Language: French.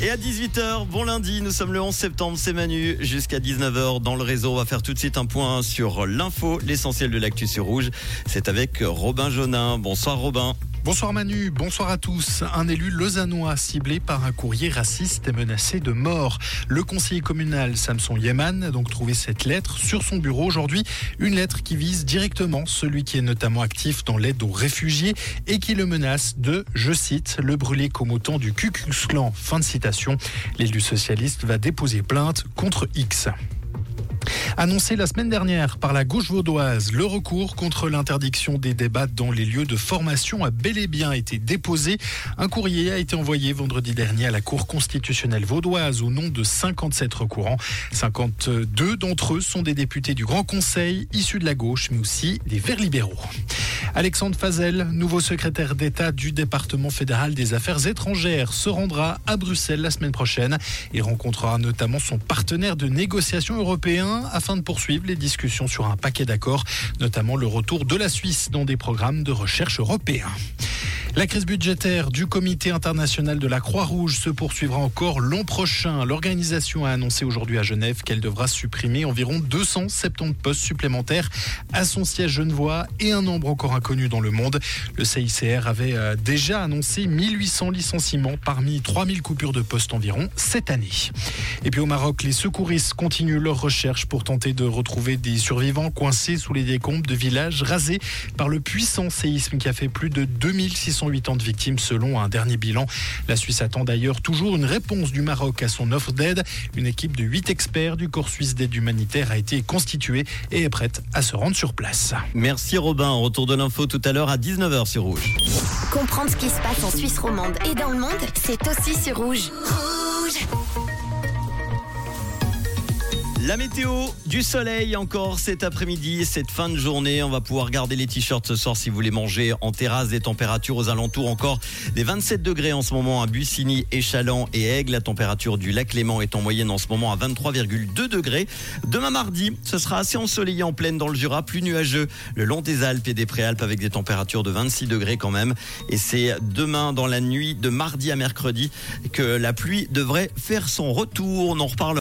Et à 18h, bon lundi, nous sommes le 11 septembre, c'est Manu. Jusqu'à 19h dans le réseau, on va faire tout de suite un point sur l'info, l'essentiel de l'actu sur Rouge. C'est avec Robin Jaunin. Bonsoir Robin. Bonsoir Manu, bonsoir à tous. Un élu lausannois ciblé par un courrier raciste est menacé de mort. Le conseiller communal Samson Yeman a donc trouvé cette lettre sur son bureau aujourd'hui. Une lettre qui vise directement celui qui est notamment actif dans l'aide aux réfugiés et qui le menace de, je cite, le brûler comme au temps du Ku Klux Klan. Fin de citation. L'élu socialiste va déposer plainte contre X. Annoncé la semaine dernière par la gauche vaudoise, le recours contre l'interdiction des débats dans les lieux de formation a bel et bien été déposé. Un courrier a été envoyé vendredi dernier à la Cour constitutionnelle vaudoise au nom de 57 recourants. 52 d'entre eux sont des députés du Grand Conseil, issus de la gauche, mais aussi des Verts libéraux. Alexandre Fazel, nouveau secrétaire d'État du département fédéral des affaires étrangères, se rendra à Bruxelles la semaine prochaine. Il rencontrera notamment son partenaire de négociation européen afin de poursuivre les discussions sur un paquet d'accords, notamment le retour de la Suisse dans des programmes de recherche européens. La crise budgétaire du Comité international de la Croix-Rouge se poursuivra encore l'an prochain. L'organisation a annoncé aujourd'hui à Genève qu'elle devra supprimer environ 270 postes supplémentaires à son siège genevois et un nombre encore inconnu dans le monde. Le CICR avait déjà annoncé 1800 licenciements parmi 3000 coupures de postes environ cette année. Et puis au Maroc, les secouristes continuent leurs recherches pour tenter de retrouver des survivants coincés sous les décombres de villages rasés par le puissant séisme qui a fait plus de 2680 victimes selon un dernier bilan. La Suisse attend d'ailleurs toujours une réponse du Maroc à son offre d'aide. Une équipe de 8 experts du Corps suisse d'aide humanitaire a été constituée et est prête à se rendre sur place. Merci Robin, retour de l'info tout à l'heure à 19h sur Rouge. Comprendre ce qui se passe en Suisse romande et dans le monde, c'est aussi sur Rouge. Rouge. La météo, du soleil encore cet après-midi, cette fin de journée. On va pouvoir garder les t-shirts ce soir si vous voulez manger en terrasse. Des températures aux alentours encore des 27 degrés en ce moment à Bussigny, Échalant et Aigle. La température du lac Léman est en moyenne en ce moment à 23,2 degrés. Demain mardi, ce sera assez ensoleillé en plaine dans le Jura, plus nuageux le long des Alpes et des Préalpes avec des températures de 26 degrés quand même. Et c'est demain dans la nuit de mardi à mercredi que la pluie devrait faire son retour. On en reparle.